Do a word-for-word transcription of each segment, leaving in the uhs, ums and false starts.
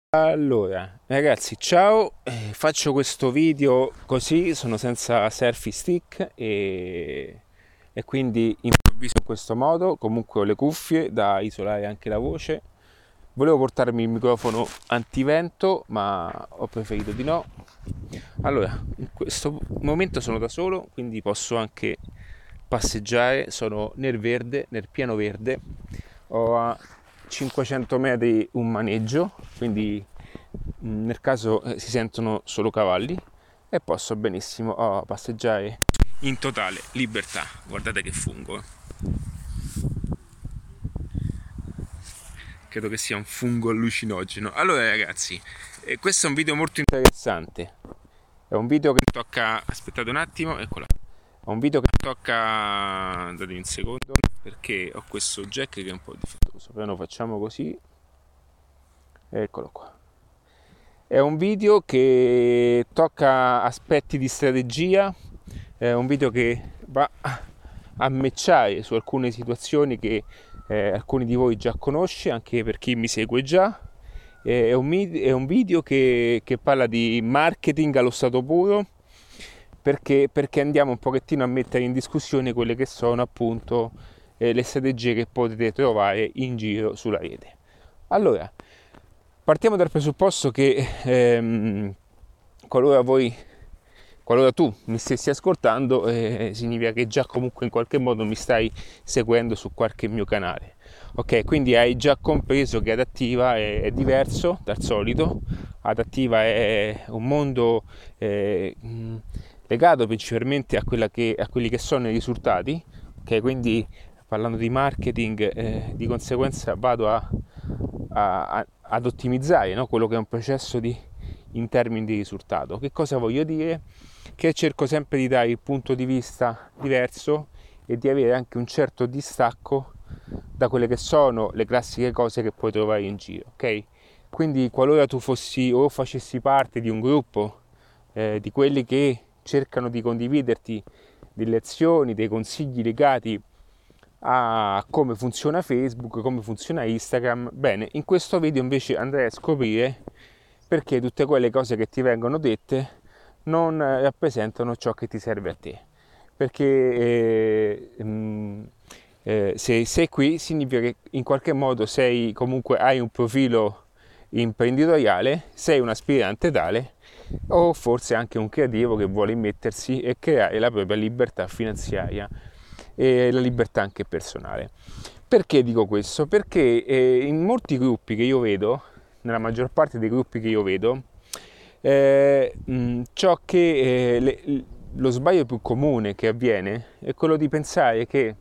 Allora, ragazzi, ciao, eh, faccio questo video così, sono senza selfie stick e, e quindi improvviso in questo modo, comunque ho le cuffie da isolare anche la voce. Volevo portarmi il microfono antivento, ma ho preferito di no. Allora, in questo momento sono da solo, quindi posso anche passeggiare, sono nel verde, nel piano verde, ho a cinquecento metri un maneggio, quindi mh, nel caso eh, si sentono solo cavalli e posso benissimo oh, passeggiare in totale libertà. Guardate che fungo, eh. Credo che sia un fungo allucinogeno. Allora ragazzi, eh, questo è un video molto interessante. È un video che tocca... Aspettate un attimo, eccola. È un video che tocca... Datemi un secondo, perché ho questo jack che è un po' difettoso. Però lo facciamo così. Eccolo qua. È un video che tocca aspetti di strategia, è un video che va a matchare su alcune situazioni che eh, alcuni di voi già conosce, anche per chi mi segue già. È un, è un video che, che parla di marketing allo stato puro, perché, perché andiamo un pochettino a mettere in discussione quelle che sono appunto eh, le strategie che potete trovare in giro sulla rete. Allora, partiamo dal presupposto che ehm, qualora voi, qualora tu mi stessi ascoltando, eh, significa che già comunque in qualche modo mi stai seguendo su qualche mio canale. Ok, quindi hai già compreso che Adattiva è, è diverso dal solito. Adattiva è un mondo eh, legato principalmente a, quella che, a quelli che sono i risultati. Ok, quindi parlando di marketing, eh, di conseguenza vado a, a, a ad ottimizzare, no? Quello che è un processo di, in termini di risultato. Che cosa voglio dire? Che cerco sempre di dare il punto di vista diverso e di avere anche un certo distacco da quelle che sono le classiche cose che puoi trovare in giro, ok? Quindi qualora tu fossi o facessi parte di un gruppo eh, di quelli che cercano di condividerti delle azioni, dei consigli legati a come funziona Facebook, come funziona Instagram, bene, in questo video invece andrei a scoprire perché tutte quelle cose che ti vengono dette non rappresentano ciò che ti serve a te. Perché eh, mh, eh, se sei qui significa che in qualche modo sei, comunque hai un profilo imprenditoriale, sei un aspirante tale o forse anche un creativo che vuole immettersi e creare la propria libertà finanziaria e la libertà anche personale. Perché dico questo? Perché eh, in molti gruppi che io vedo, nella maggior parte dei gruppi che io vedo, eh, mh, ciò che eh, le, lo sbaglio più comune che avviene è quello di pensare che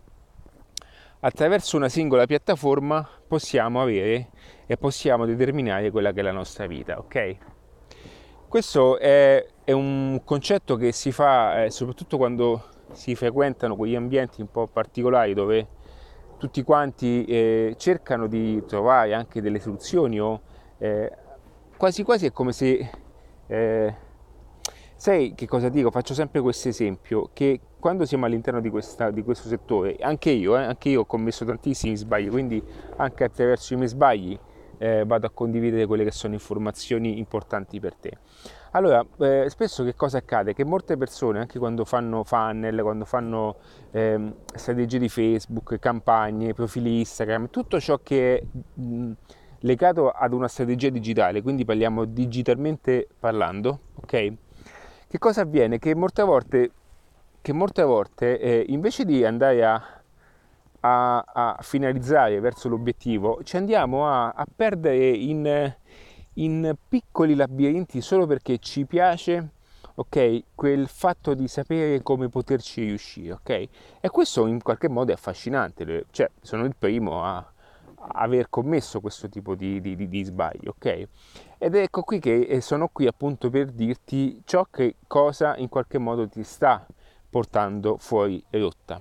attraverso una singola piattaforma possiamo avere e possiamo determinare quella che è la nostra vita, ok? Questo è, è un concetto che si fa eh, soprattutto quando si frequentano quegli ambienti un po' particolari dove tutti quanti eh, cercano di trovare anche delle soluzioni o eh, quasi quasi è come se eh, sai che cosa dico? Faccio sempre questo esempio che quando siamo all'interno di, questa, di questo settore, anche io, eh, anche io ho commesso tantissimi sbagli, quindi anche attraverso i miei sbagli eh, vado a condividere quelle che sono informazioni importanti per te. Allora, eh, spesso che cosa accade? Che molte persone, anche quando fanno funnel, quando fanno eh, strategie di Facebook, campagne, profili Instagram, tutto ciò che è mh, legato ad una strategia digitale, quindi parliamo digitalmente parlando, ok? Che cosa avviene? Che molte volte, che molte volte eh, invece di andare a, a, a finalizzare verso l'obiettivo, ci andiamo a, a perdere in in piccoli labirinti solo perché ci piace, ok, quel fatto di sapere come poterci riuscire, ok? E questo in qualche modo è affascinante, cioè sono il primo a, a aver commesso questo tipo di, di, di, di sbagli, ok? Ed ecco qui che sono qui appunto per dirti ciò che cosa in qualche modo ti sta portando fuori rotta.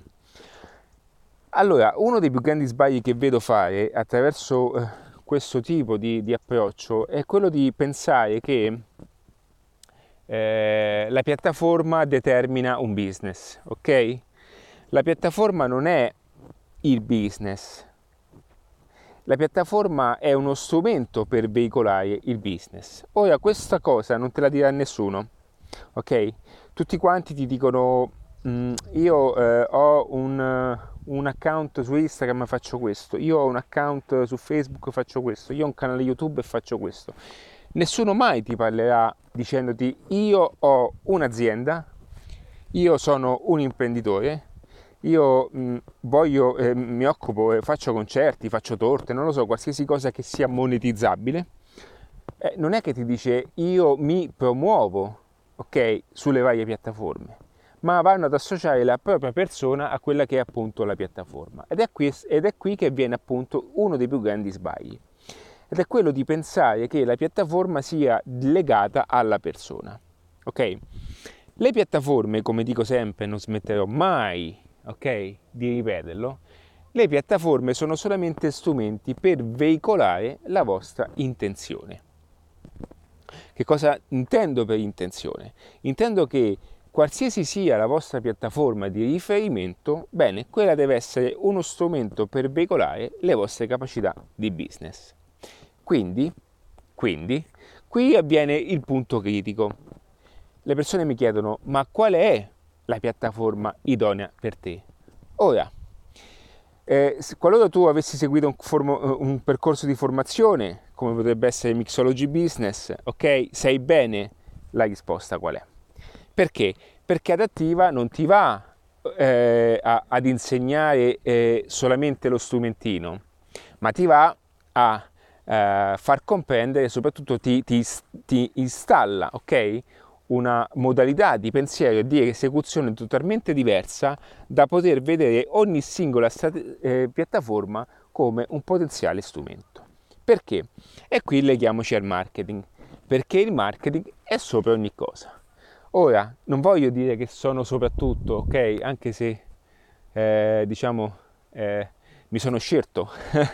Allora, uno dei più grandi sbagli che vedo fare attraverso eh, questo tipo di, di approccio è quello di pensare che eh, la piattaforma determina un business, ok? La piattaforma non è il business, la piattaforma è uno strumento per veicolare il business. Ora, questa cosa non te la dirà nessuno, ok? Tutti quanti ti dicono, mm, io eh, ho un, un account su Instagram, faccio questo, io ho un account su Facebook, faccio questo, io ho un canale YouTube e faccio questo. Nessuno mai ti parlerà dicendoti, io ho un'azienda, io sono un imprenditore, io mh, voglio, eh, mi occupo, eh, faccio concerti, faccio torte, non lo so, qualsiasi cosa che sia monetizzabile. Eh, non è che ti dice io mi promuovo, ok, sulle varie piattaforme, ma vanno ad associare la propria persona a quella che è appunto la piattaforma. Ed è qui, ed è qui che viene appunto uno dei più grandi sbagli. Ed è quello di pensare che la piattaforma sia legata alla persona, ok? Le piattaforme, come dico sempre, non smetterò mai, ok, di ripeterlo, le piattaforme sono solamente strumenti per veicolare la vostra intenzione. Che cosa intendo per intenzione? Intendo che qualsiasi sia la vostra piattaforma di riferimento, bene, quella deve essere uno strumento per veicolare le vostre capacità di business. Quindi, quindi, qui avviene il punto critico. Le persone mi chiedono, ma qual è la piattaforma idonea per te? Ora, eh, qualora tu avessi seguito un, formo, un percorso di formazione, come potrebbe essere Mixology Business, ok? Sai bene la risposta qual è. Perché? Perché Adattiva non ti va eh, a, ad insegnare eh, solamente lo strumentino, ma ti va a eh, far comprendere, soprattutto ti, ti, ti installa, ok? Una modalità di pensiero e di esecuzione totalmente diversa da poter vedere ogni singola strate- eh, piattaforma come un potenziale strumento. Perché? E qui leghiamoci al marketing, perché il marketing è sopra ogni cosa. Ora, non voglio dire che sono soprattutto, ok? Anche se, eh, diciamo, eh, mi sono scelto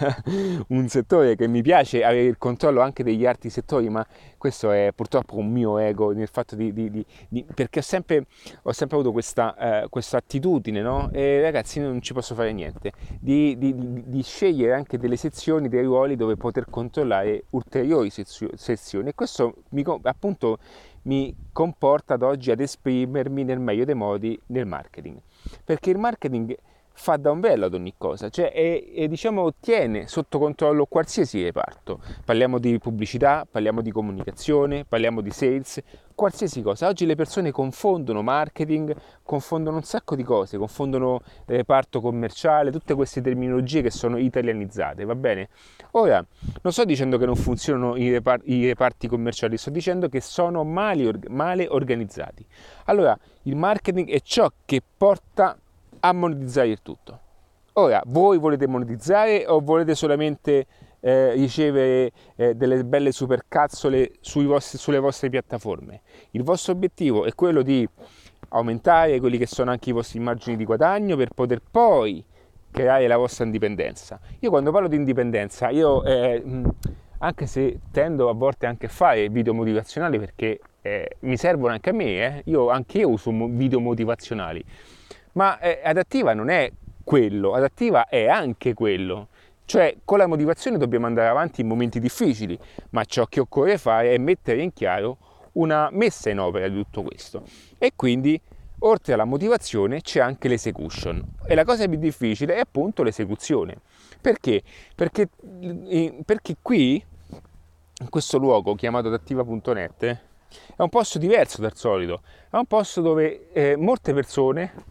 un settore che mi piace avere il controllo anche degli altri settori, ma questo è purtroppo un mio ego nel fatto di, di, di, di perché ho sempre, ho sempre avuto questa, eh, questa attitudine, no? E ragazzi, non ci posso fare niente, di, di, di, di scegliere anche delle sezioni, dei ruoli dove poter controllare ulteriori sezio- sezioni e questo mi, appunto mi comporta ad oggi ad esprimermi nel meglio dei modi nel marketing, perché il marketing fa da ombrello ad ogni cosa, cioè e, e diciamo tiene sotto controllo qualsiasi reparto. Parliamo di pubblicità, parliamo di comunicazione, parliamo di sales, qualsiasi cosa. Oggi le persone confondono marketing, confondono un sacco di cose, confondono reparto commerciale, tutte queste terminologie che sono italianizzate, va bene? Ora, non sto dicendo che non funzionano i, repar- i reparti commerciali, sto dicendo che sono male, or- male organizzati. Allora, il marketing è ciò che porta a monetizzare il tutto. Ora, voi volete monetizzare o volete solamente eh, ricevere eh, delle belle supercazzole sui vostri, sulle vostre piattaforme? Il vostro obiettivo è quello di aumentare quelli che sono anche i vostri margini di guadagno per poter poi creare la vostra indipendenza. Io quando parlo di indipendenza, io eh, anche se tendo a volte anche a fare video motivazionali perché eh, mi servono anche a me, eh, io anche io uso video motivazionali. Ma eh, Adattiva non è quello, Adattiva è anche quello. Cioè con la motivazione dobbiamo andare avanti in momenti difficili, ma ciò che occorre fare è mettere in chiaro una messa in opera di tutto questo. E quindi, oltre alla motivazione, c'è anche l'execution. E la cosa più difficile è appunto l'esecuzione. Perché? Perché, perché qui, in questo luogo chiamato adattiva punto net, è un posto diverso dal solito. È un posto dove eh, molte persone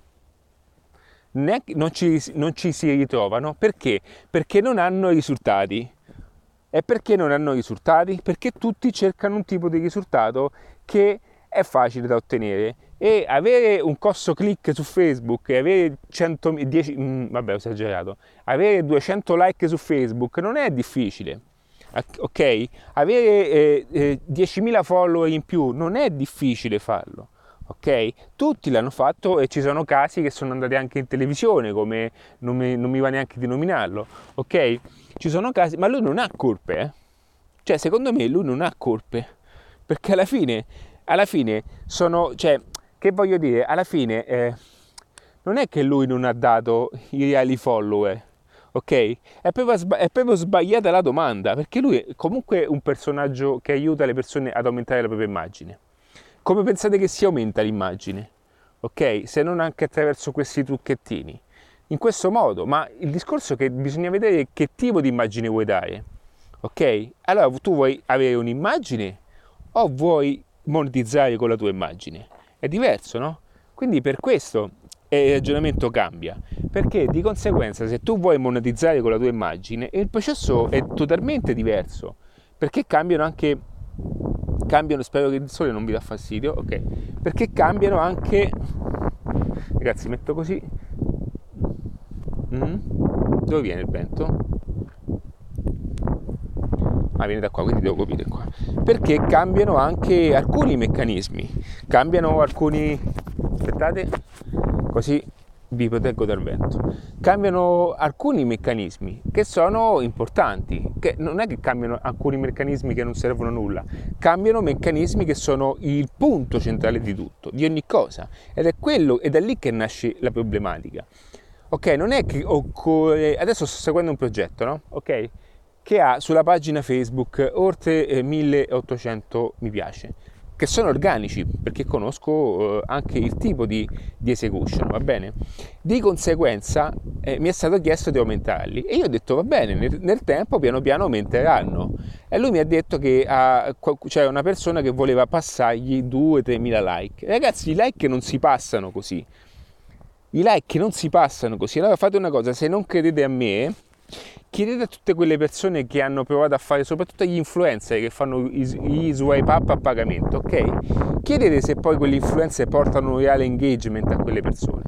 non ci, non ci si ritrovano. Perché? Perché non hanno risultati. E perché non hanno risultati? Perché tutti cercano un tipo di risultato che è facile da ottenere. E avere un costo click su Facebook e avere centodieci, mh, vabbè ho esagerato, avere duecento like su Facebook non è difficile. Ok? Avere eh, eh, diecimila follower in più non è difficile farlo. Ok? Tutti l'hanno fatto e ci sono casi che sono andati anche in televisione, come non mi, non mi va neanche di nominarlo, ok? Ci sono casi, ma lui non ha colpe, eh? Cioè secondo me lui non ha colpe, perché alla fine, alla fine sono, cioè, che voglio dire, alla fine eh, non è che lui non ha dato i reali follower, ok? È proprio, sba- è proprio sbagliata la domanda, perché lui è comunque un personaggio che aiuta le persone ad aumentare la propria immagine. Come pensate che si aumenta l'immagine? Ok? Se non anche attraverso questi trucchettini. In questo modo, ma il discorso è che bisogna vedere che tipo di immagine vuoi dare. Ok? Allora tu vuoi avere un'immagine o vuoi monetizzare con la tua immagine? È diverso, no? Quindi per questo il ragionamento cambia, perché di conseguenza se tu vuoi monetizzare con la tua immagine il processo è totalmente diverso, perché cambiano anche cambiano, spero che il sole non vi dà fastidio, ok, perché cambiano anche, ragazzi, metto così, mm? Dove viene il vento? Ah, viene da qua, quindi devo capire qua, perché cambiano anche alcuni meccanismi, cambiano alcuni, aspettate, così vi proteggo dal vento, cambiano alcuni meccanismi che sono importanti, che non è che cambiano alcuni meccanismi che non servono a nulla, cambiano meccanismi che sono il punto centrale di tutto, di ogni cosa, ed è quello, ed è lì che nasce la problematica. Ok, non è che occorre, adesso sto seguendo un progetto, no? Ok? Che ha sulla pagina Facebook oltre milleottocento mi piace, che sono organici, perché conosco eh, anche il tipo di, di execution, va bene? Di conseguenza eh, mi è stato chiesto di aumentarli e io ho detto va bene, nel, nel tempo piano piano aumenteranno. E lui mi ha detto che ha, c'era una persona che voleva passargli due tre mila like. Ragazzi, i like non si passano così. I like non si passano così. Allora fate una cosa, se non credete a me, chiedete a tutte quelle persone che hanno provato a fare, soprattutto agli influencer che fanno gli swipe up a pagamento, ok? Chiedete se poi quegli influencer portano un reale engagement a quelle persone,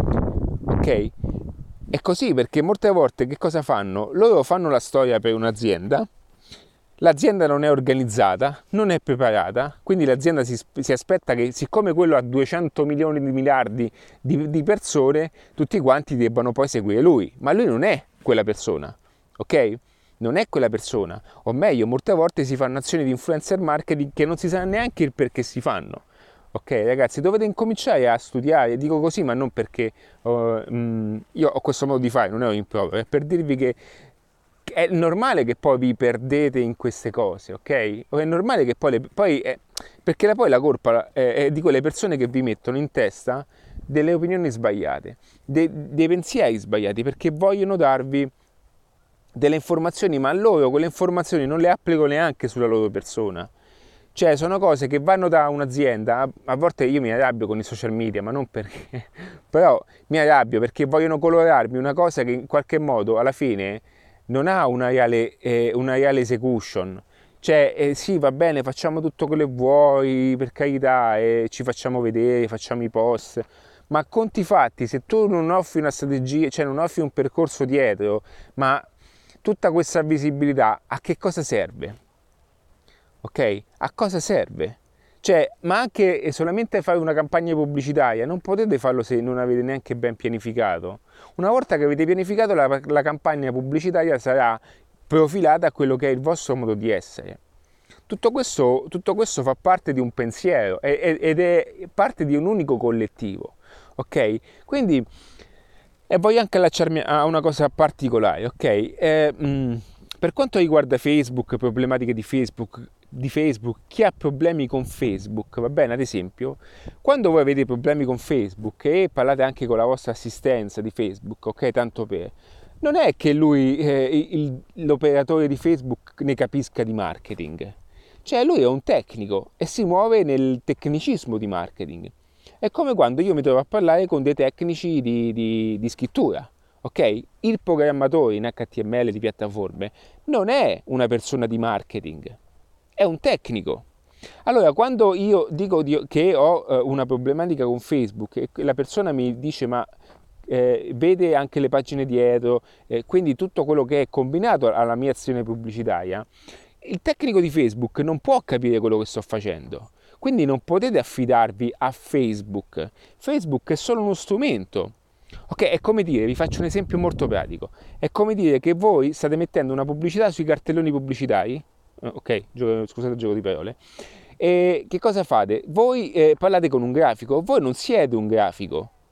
ok? È così, perché molte volte che cosa fanno? Loro fanno la storia per un'azienda, l'azienda non è organizzata, non è preparata, quindi l'azienda si, si aspetta che siccome quello ha duecento milioni di miliardi di, di persone, tutti quanti debbano poi seguire lui, ma lui non è quella persona. Ok? Non è quella persona, o meglio, molte volte si fanno azioni di influencer marketing che non si sa neanche il perché si fanno. Ok, ragazzi, dovete incominciare a studiare, dico così, ma non perché uh, mh, io ho questo modo di fare, non è un rimprovero, è per dirvi che è normale che poi vi perdete in queste cose, ok? O è normale che poi, le, poi è, perché poi la colpa è, è di quelle persone che vi mettono in testa delle opinioni sbagliate, de, dei pensieri sbagliati, perché vogliono darvi delle informazioni, ma loro quelle informazioni non le applicano neanche sulla loro persona. Cioè sono cose che vanno da un'azienda, a volte io mi arrabbio con i social media, ma non perché, però mi arrabbio perché vogliono colorarmi una cosa che in qualche modo alla fine non ha una reale, eh, una reale execution. Cioè eh, sì, va bene, facciamo tutto quello che vuoi, per carità, e eh, ci facciamo vedere, facciamo i post, ma a conti fatti, se tu non offri una strategia, cioè non offri un percorso dietro, ma tutta questa visibilità a che cosa serve? Ok? A cosa serve? Cioè, ma anche solamente fare una campagna pubblicitaria, non potete farlo se non avete neanche ben pianificato. Una volta che avete pianificato, la, la campagna pubblicitaria sarà profilata a quello che è il vostro modo di essere. Tutto questo, tutto questo fa parte di un pensiero ed è parte di un unico collettivo. Ok? Quindi e voglio anche allacciarmi a una cosa particolare, ok? Eh, mh, per quanto riguarda Facebook, problematiche di Facebook, di Facebook, chi ha problemi con Facebook, va bene, ad esempio, quando voi avete problemi con Facebook e parlate anche con la vostra assistenza di Facebook, ok? Tanto per, non è che lui, eh, il, l'operatore di Facebook ne capisca di marketing, cioè lui è un tecnico e si muove nel tecnicismo di marketing. È come quando io mi trovo a parlare con dei tecnici di, di, di scrittura, ok? Il programmatore in H T M L di piattaforme non è una persona di marketing, è un tecnico. Allora, quando io dico che ho una problematica con Facebook e la persona mi dice ma eh, vede anche le pagine dietro, eh, quindi tutto quello che è combinato alla mia azione pubblicitaria, il tecnico di Facebook non può capire quello che sto facendo. Quindi non potete affidarvi a Facebook. Facebook è solo uno strumento. Ok, è come dire, vi faccio un esempio molto pratico. È come dire che voi state mettendo una pubblicità sui cartelloni pubblicitari. Ok, gioco, scusate il gioco di parole. E che cosa fate? Voi eh, parlate con un grafico. Voi non siete un grafico.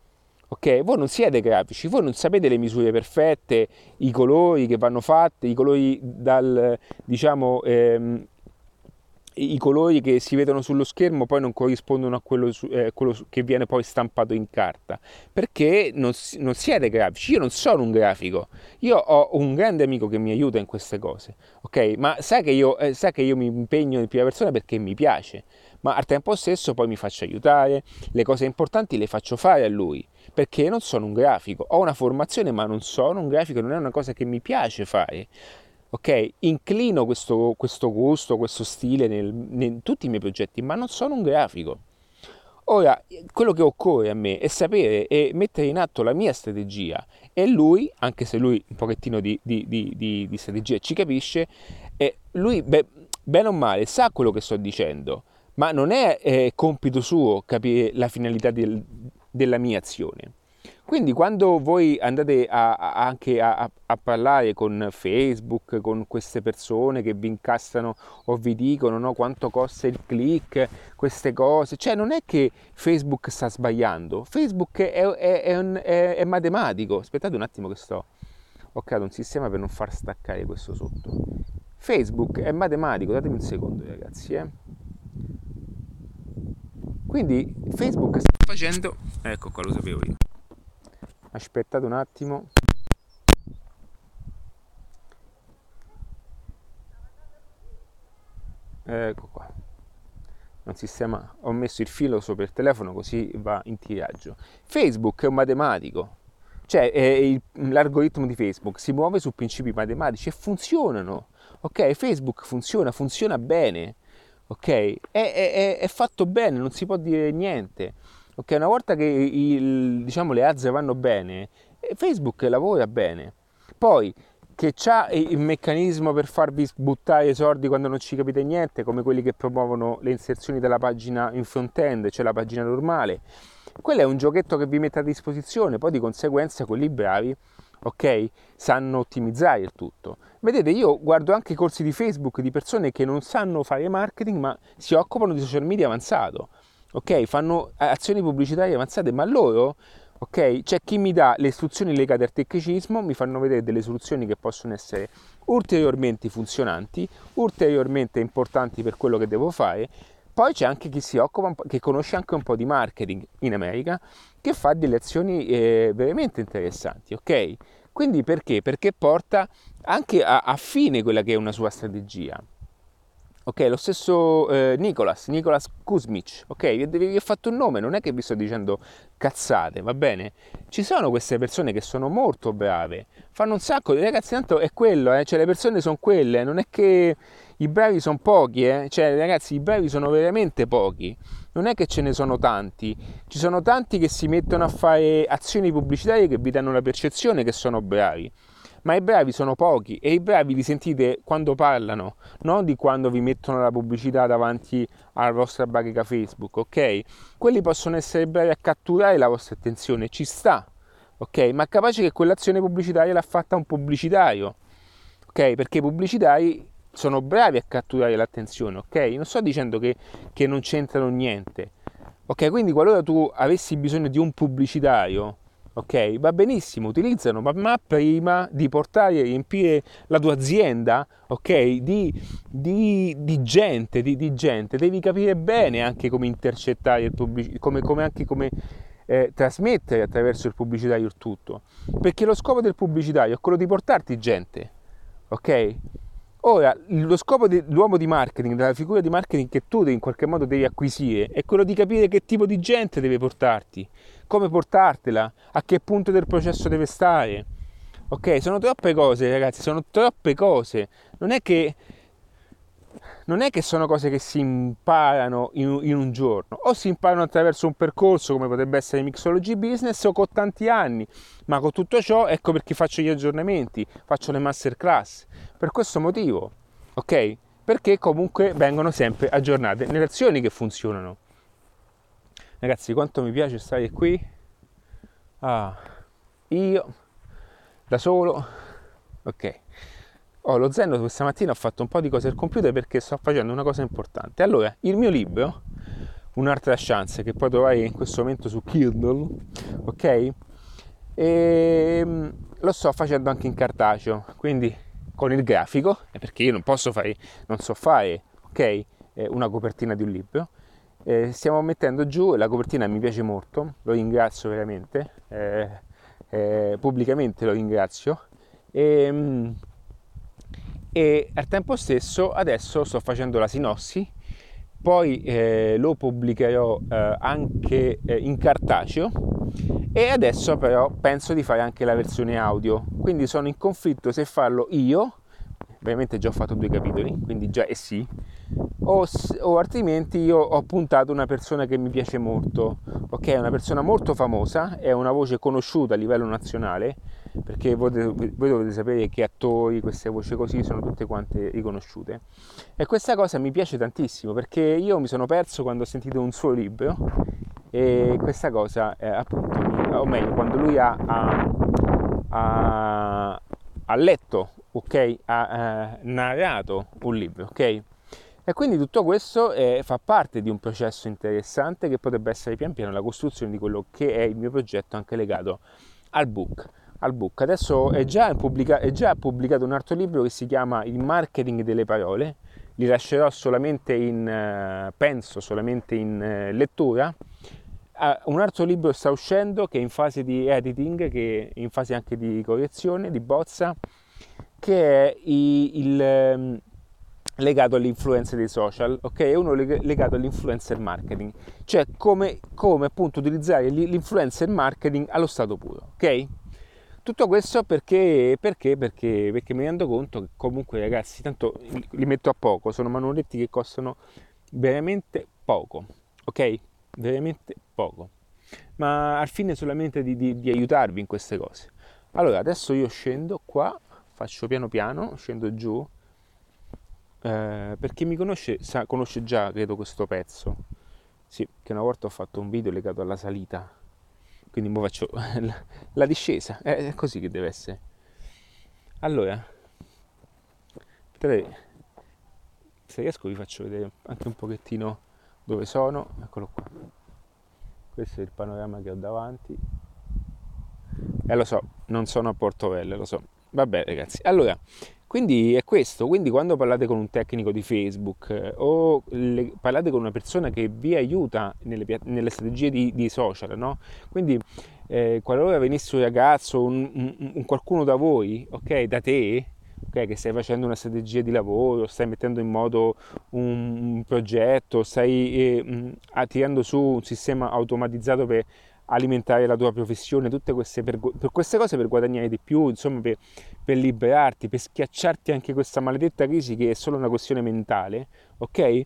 ok? Voi non siete grafici, voi non sapete le misure perfette, i colori che vanno fatti, i colori dal, diciamo, ehm, i colori che si vedono sullo schermo poi non corrispondono a quello, su, eh, quello su, che viene poi stampato in carta, perché non, non siete grafici. Io non sono un grafico, io ho un grande amico che mi aiuta in queste cose, ok? Ma sa che io, eh, sa che io mi impegno in prima persona perché mi piace, ma al tempo stesso poi mi faccio aiutare, le cose importanti le faccio fare a lui, perché non sono un grafico, ho una formazione ma non sono un grafico, non è una cosa che mi piace fare. Ok, inclino questo, questo gusto, questo stile nel, in tutti i miei progetti, ma non sono un grafico. Ora, quello che occorre a me è sapere e mettere in atto la mia strategia, e lui, anche se lui un pochettino di, di, di, di, di strategia ci capisce, e lui, beh, bene o male, sa quello che sto dicendo, ma non è eh, compito suo capire la finalità del, della mia azione. Quindi quando voi andate a, a- anche a, a- a parlare con Facebook, con queste persone che vi incastrano o vi dicono, no, quanto costa il click, queste cose, cioè non è che Facebook sta sbagliando, Facebook è, è- è un- è- è matematico. Aspettate un attimo che sto, ho creato un sistema per non far staccare questo sotto. Facebook è matematico, datemi un secondo ragazzi, eh. Quindi Facebook sta facendo, ecco qua, lo sapevo io. Aspettate un attimo. Ecco qua. Un sistema, ho messo il filo sopra il telefono così va in tiraggio. Facebook è un matematico, cioè è il- l'algoritmo di Facebook si muove su principi matematici e funzionano. Ok, Facebook funziona, funziona bene. Ok, è, è- è- è fatto bene, non si può dire niente. Ok, una volta che il- diciamo, le aziende vanno bene, eh, Facebook lavora bene. Poi che c'ha il meccanismo per farvi buttare i soldi quando non ci capite niente, come quelli che promuovono le inserzioni della pagina in front-end, cioè la pagina normale. Quello è un giochetto che vi mette a disposizione, poi di conseguenza quelli bravi, ok, sanno ottimizzare il tutto. Vedete, io guardo anche i corsi di Facebook di persone che non sanno fare marketing, ma si occupano di social media avanzato, ok, fanno azioni pubblicitarie avanzate, ma loro, ok, c'è chi mi dà le istruzioni legate al tecnicismo, mi fanno vedere delle soluzioni che possono essere ulteriormente funzionanti, ulteriormente importanti per quello che devo fare. Poi c'è anche chi si occupa, che conosce anche un po' di marketing in America, che fa delle azioni eh, veramente interessanti, ok? Quindi perché? Perché porta anche a, a fine quella che è una sua strategia. Ok, lo stesso eh, Nicolas, Nicolas Kuzmic, ok, vi, vi ho fatto un nome, non è che vi sto dicendo cazzate, va bene? Ci sono queste persone che sono molto brave, fanno un sacco, ragazzi, tanto è quello, eh, cioè le persone sono quelle, non è che i bravi sono pochi, eh, cioè ragazzi, i bravi sono veramente pochi, non è che ce ne sono tanti, ci sono tanti che si mettono a fare azioni pubblicitarie che vi danno la percezione che sono bravi. Ma i bravi sono pochi e i bravi li sentite quando parlano, non di quando vi mettono la pubblicità davanti alla vostra bacheca Facebook, ok? Quelli possono essere bravi a catturare la vostra attenzione, ci sta, ok? Ma capace che quell'azione pubblicitaria l'ha fatta un pubblicitario, ok? Perché i pubblicitari sono bravi a catturare l'attenzione, ok? Non sto dicendo che, che non c'entrano niente, ok? Quindi qualora tu avessi bisogno di un pubblicitario, ok, va benissimo, utilizzano, ma, ma prima di portare a riempire la tua azienda, ok, di, di, di gente, di, di gente, devi capire bene anche come intercettare il pubblicitario, come, come anche come eh, trasmettere attraverso il pubblicitario il tutto, perché lo scopo del pubblicitario è quello di portarti gente, ok? Ora, lo scopo dell'uomo di marketing, della figura di marketing che tu in qualche modo devi acquisire, è quello di capire che tipo di gente deve portarti, come portartela, a che punto del processo deve stare. Ok, sono troppe cose, ragazzi, sono troppe cose. Non è che, non è che sono cose che si imparano in, in un giorno, o si imparano attraverso un percorso come potrebbe essere Mixology Business o con tanti anni, ma con tutto ciò ecco perché faccio gli aggiornamenti, faccio le masterclass, per questo motivo, ok? Perché comunque vengono sempre aggiornate nelle azioni che funzionano. Ragazzi, quanto mi piace stare qui, ah, io, da solo, ok. Oh, lo Zen questa mattina ho fatto un po' di cose al computer perché sto facendo una cosa importante. Allora, il mio libro, un'altra chance che puoi trovare in questo momento su Kindle, ok? E lo sto facendo anche in cartaceo, quindi con il grafico, perché io non posso fare, non so fare, ok, una copertina di un libro. Eh, stiamo mettendo giù, la copertina mi piace molto, lo ringrazio veramente, eh, eh, pubblicamente lo ringrazio, e, e al tempo stesso adesso sto facendo la sinossi, poi eh, lo pubblicherò eh, anche eh, in cartaceo, e adesso però penso di fare anche la versione audio, quindi sono in conflitto se farlo io, ovviamente già ho fatto due capitoli, quindi già è sì, o, o altrimenti io ho puntato una persona che mi piace molto, ok, è una persona molto famosa, è una voce conosciuta a livello nazionale, perché voi, voi dovete sapere che attori, queste voci così sono tutte quante riconosciute, e questa cosa mi piace tantissimo perché io mi sono perso quando ho sentito un suo libro, e questa cosa eh, appunto mi, o meglio quando lui ha, ha, ha, ha letto, ok, ha eh, narrato un libro, ok, e quindi tutto questo eh, fa parte di un processo interessante che potrebbe essere pian piano la costruzione di quello che è il mio progetto, anche legato al book. Al book. Adesso è già, pubblica- è già pubblicato un altro libro che si chiama Il marketing delle parole, li lascerò solamente in, eh, penso, solamente in eh, lettura. Uh, un altro libro sta uscendo che è in fase di editing, che è in fase anche di correzione, di bozza, che è i, il... Um, legato all'influenza dei social, ok? È uno legato all'influencer marketing, cioè come, come appunto utilizzare l'influencer marketing allo stato puro, ok? Tutto questo perché, perché, perché, perché mi rendo conto che comunque, ragazzi, tanto li metto a poco, sono manualetti che costano veramente poco, ok? Veramente poco, ma al fine solamente di, di, di aiutarvi in queste cose. Allora, adesso io scendo qua, faccio piano piano, scendo giù. Eh, per chi mi conosce, sa, conosce già, credo, questo pezzo. Sì, che una volta ho fatto un video legato alla salita. Quindi ora faccio la, la discesa. È così che deve essere. Allora, aspettate, se riesco vi faccio vedere anche un pochettino dove sono. Eccolo qua. Questo è il panorama che ho davanti. E eh, lo so, non sono a Portovelle, lo so. Vabbè, ragazzi. Allora, quindi è questo, quindi quando parlate con un tecnico di Facebook eh, o le, parlate con una persona che vi aiuta nelle, nelle strategie di, di social, no? Quindi eh, qualora venisse un ragazzo, un, un, un qualcuno da voi, ok, da te, ok, che stai facendo una strategia di lavoro, stai mettendo in moto un, un progetto, stai eh, tirando su un sistema automatizzato per alimentare la tua professione, tutte queste per, per queste cose, per guadagnare di più, insomma per, per liberarti, per schiacciarti anche questa maledetta crisi che è solo una questione mentale, ok?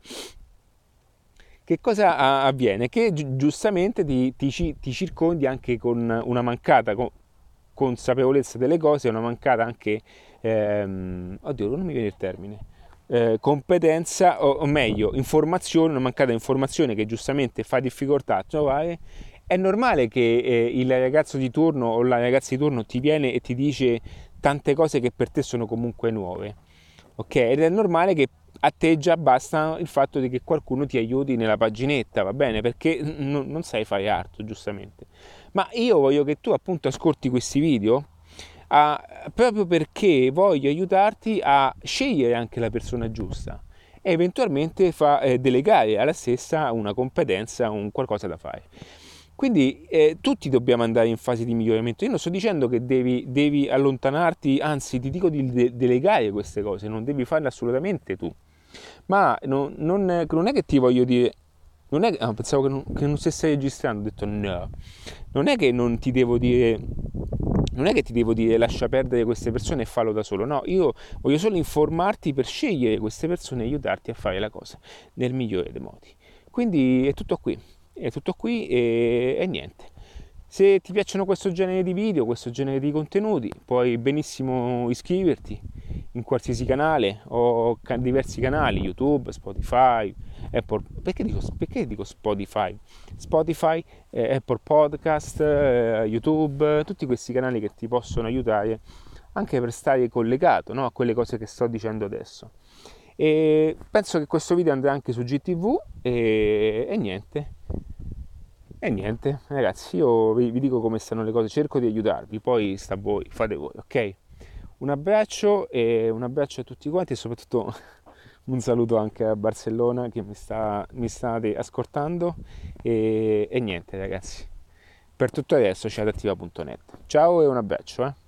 Che cosa avviene? Che gi- giustamente ti, ti, ti circondi anche con una mancata con, consapevolezza delle cose, una mancata anche, ehm, oddio, non mi viene il termine, eh, competenza, o, o meglio, informazione, una mancata informazione che giustamente fa difficoltà a trovare. È normale che eh, il ragazzo di turno o la ragazza di turno ti viene e ti dice tante cose che per te sono comunque nuove, ok? Ed è normale che a te già basta il fatto di che qualcuno ti aiuti nella paginetta, va bene? Perché n- non sai fare altro, giustamente. Ma io voglio che tu appunto ascolti questi video a, proprio perché voglio aiutarti a scegliere anche la persona giusta e eventualmente fa, eh, delegare alla stessa una competenza, un qualcosa da fare. Quindi eh, tutti dobbiamo andare in fase di miglioramento. Io non sto dicendo che devi, devi allontanarti, anzi ti dico di de- delegare queste cose, non devi farle assolutamente tu. Ma non, non, non è che ti voglio dire, non è, ah, pensavo che non, che non stessi registrando, ho detto no, non è che non ti devo dire, non è che ti devo dire lascia perdere queste persone e fallo da solo, no, io voglio solo informarti per scegliere queste persone e aiutarti a fare la cosa nel migliore dei modi. Quindi è tutto qui. È tutto qui e, e niente. Se ti piacciono questo genere di video, questo genere di contenuti, puoi benissimo iscriverti in qualsiasi canale o ca- diversi canali, YouTube, Spotify, Apple. Perché dico, perché dico Spotify? Spotify, eh, Apple Podcast, eh, YouTube, tutti questi canali che ti possono aiutare anche per stare collegato, no, a quelle cose che sto dicendo adesso. E penso che questo video andrà anche su G T V e, e niente. E niente, ragazzi, io vi, vi dico come stanno le cose, cerco di aiutarvi, poi sta a voi, fate voi, ok? Un abbraccio e un abbraccio a tutti quanti e soprattutto un saluto anche a Barcellona che mi, sta, mi state ascoltando e, e niente, ragazzi. Per tutto adesso c'è adattiva punto net. Ciao e un abbraccio, eh?